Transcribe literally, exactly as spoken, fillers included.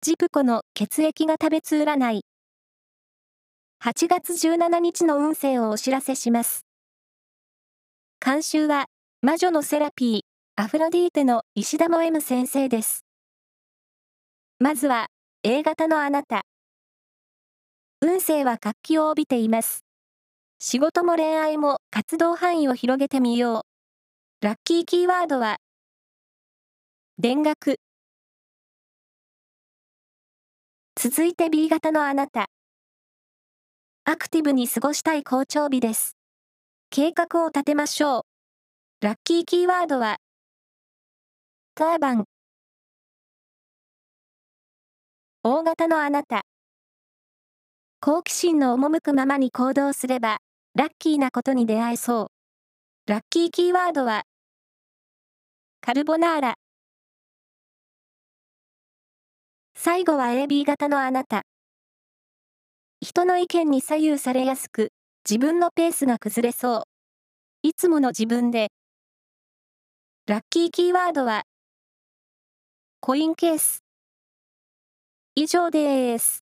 ジプコの血液が食べつ占い。はちがつじゅうしちにちの運勢をお知らせします。監修は、魔女のセラピー、アフロディーテの石田も M 先生です。まずは、A 型のあなた。運勢は活気を帯びています。仕事も恋愛も活動範囲を広げてみよう。ラッキーキーワードは、田楽。続いて B 型のあなた。アクティブに過ごしたい好調日です。計画を立てましょう。ラッキーキーワードは、ターバン。O 型のあなた。好奇心の赴くままに行動すれば、ラッキーなことに出会えそう。ラッキーキーワードは、カルボナーラ。最後は エービー 型のあなた。人の意見に左右されやすく、自分のペースが崩れそう。いつもの自分で。ラッキーキーワードは、コインケース。以上です。